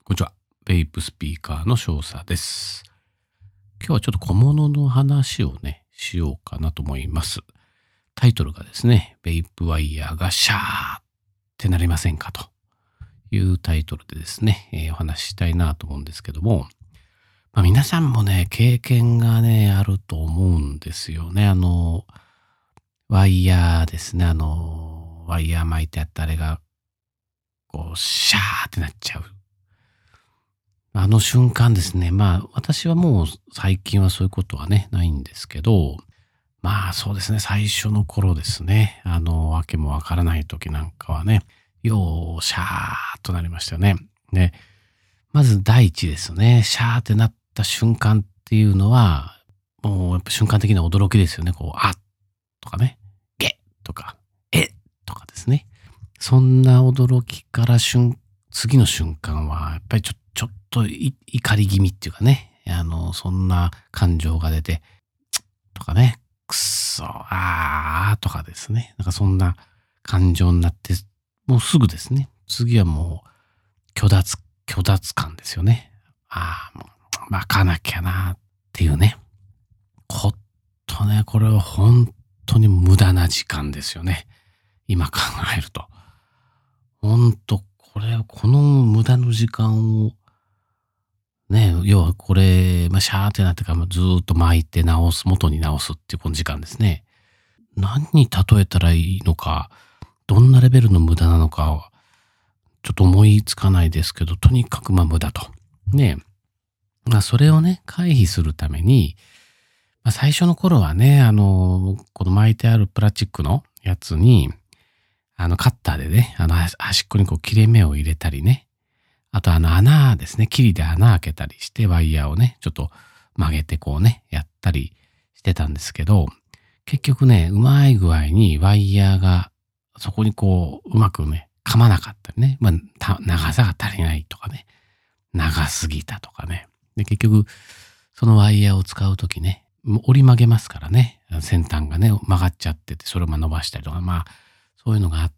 こんにちは。ベイプスピーカーの少佐です。今日はちょっと小物の話をね、しようかなと思います。タイトルがですね、ベイプワイヤーがシャーってなりませんかというタイトルでですね、お話ししたいなと思うんですけども、皆さんもね、経験がね、あると思うんですよね。ワイヤーですね。ワイヤー巻いてあったあれが、こう、シャーってなっちゃう。あの瞬間ですね。私はもう最近はそういうことはね、ないんですけど、そうですね。最初の頃ですね。わけもわからない時なんかはね、よーシャーっとなりましたよね。で、まず第一ですね。シャーってなった瞬間っていうのは、もうやっぱ瞬間的な驚きですよね。こう、あっとかね、ゲッとか、えとかですね。そんな驚きから次の瞬間は、やっぱりちょっと怒り気味っていうかね、そんな感情が出て、とかね、くっそ、あーとかですね。なんかそんな感情になって、もうすぐですね。次はもう、虚脱感ですよね。もう、巻かなきゃなっていうね。これは本当に無駄な時間ですよね。今考えると。この無駄の時間を、ね、要はこれ、シャーってなってからずーっと巻いて元に直すっていうこの時間ですね。何に例えたらいいのか、どんなレベルの無駄なのかは、ちょっと思いつかないですけど、とにかく無駄と。ね。それをね、回避するために、最初の頃はね、この巻いてあるプラスチックのやつに、カッターでね、端っこにこう切れ目を入れたりね。あと穴ですね、キリで穴開けたりしてワイヤーをね、ちょっと曲げてこうね、やったりしてたんですけど、結局ね、うまい具合にワイヤーがそこにこう、うまくね、噛まなかったりね。長さが足りないとかね。長すぎたとかね。で、結局、そのワイヤーを使うときね、折り曲げますからね。先端がね、曲がっちゃってて、それを伸ばしたりとか、そういうのがあって、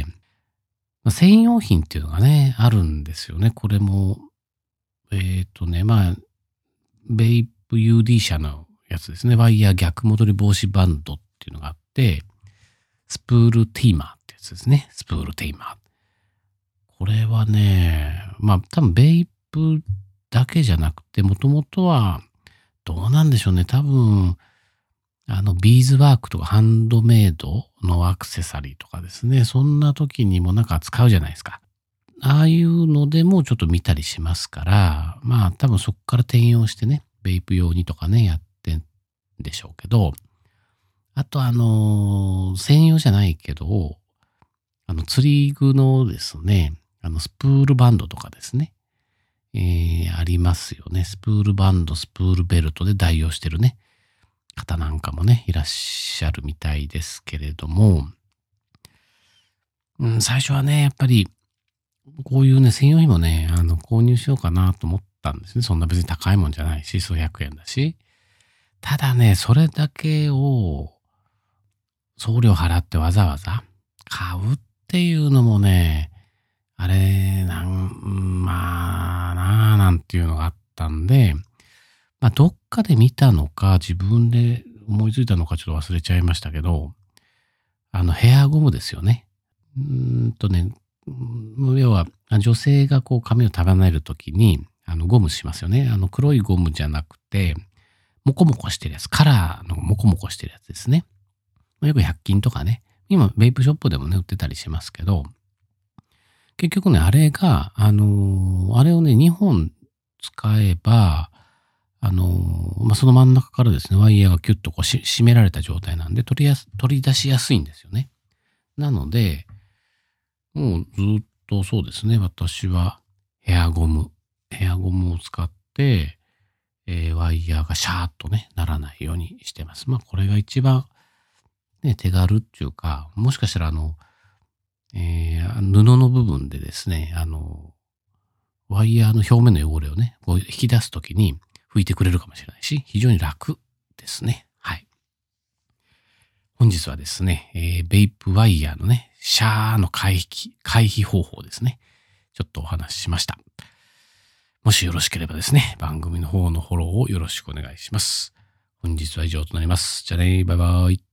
専用品っていうのがね、あるんですよね。これも、ベイプ UD 社のやつですね。ワイヤー逆戻り防止バンドっていうのがあって、スプールティーマーってやつですね。スプールティーマー。これはね、多分ベイプだけじゃなくて、もともとは、どうなんでしょうね。多分、ビーズワークとかハンドメイドのアクセサリーとかですね。そんな時にもなんか使うじゃないですか。ああいうのでもちょっと見たりしますから、多分そこから転用してね、ベイプ用にとかね、やってんでしょうけど、あと専用じゃないけど、釣り具のですね、スプールバンドとかですね、ありますよね。スプールバンド、スプールベルトで代用してるね、方なんかもね、いらっしゃるみたいですけれども、最初はね、やっぱり、こういうね、専用品もね、購入しようかなと思ったんですね。そんな別に高いもんじゃないし、数百円だし。ただね、それだけを送料払ってわざわざ買うっていうのもね、あれ、なんていうのがあったんで、どっかで見たのか、自分で思いついたのかちょっと忘れちゃいましたけど、ヘアゴムですよね。要は、女性がこう髪を束ねるときに、ゴムしますよね。黒いゴムじゃなくて、モコモコしてるやつ、カラーのモコモコしてるやつですね。よく100均とかね、今、ベイプショップでもね、売ってたりしますけど、結局ね、あれが、あれをね、2本使えば、その真ん中からですね、ワイヤーがキュッとこう締められた状態なんで、取り出しやすいんですよね。なので、もうずっとそうですね、私はヘアゴムを使って、ワイヤーがシャーっとね、ならないようにしてます。これが一番ね、手軽っていうか、もしかしたら布の部分でですね、ワイヤーの表面の汚れをね、こう引き出すときに拭いてくれるかもしれないし、非常に楽ですね。はい。本日はですね、ベイプワイヤーのね、シャーの回避方法ですね。ちょっとお話ししました。 もしよろしければですね、番組の方のフォローをよろしくお願いします。本日は以上となります。じゃあね、バイバイ。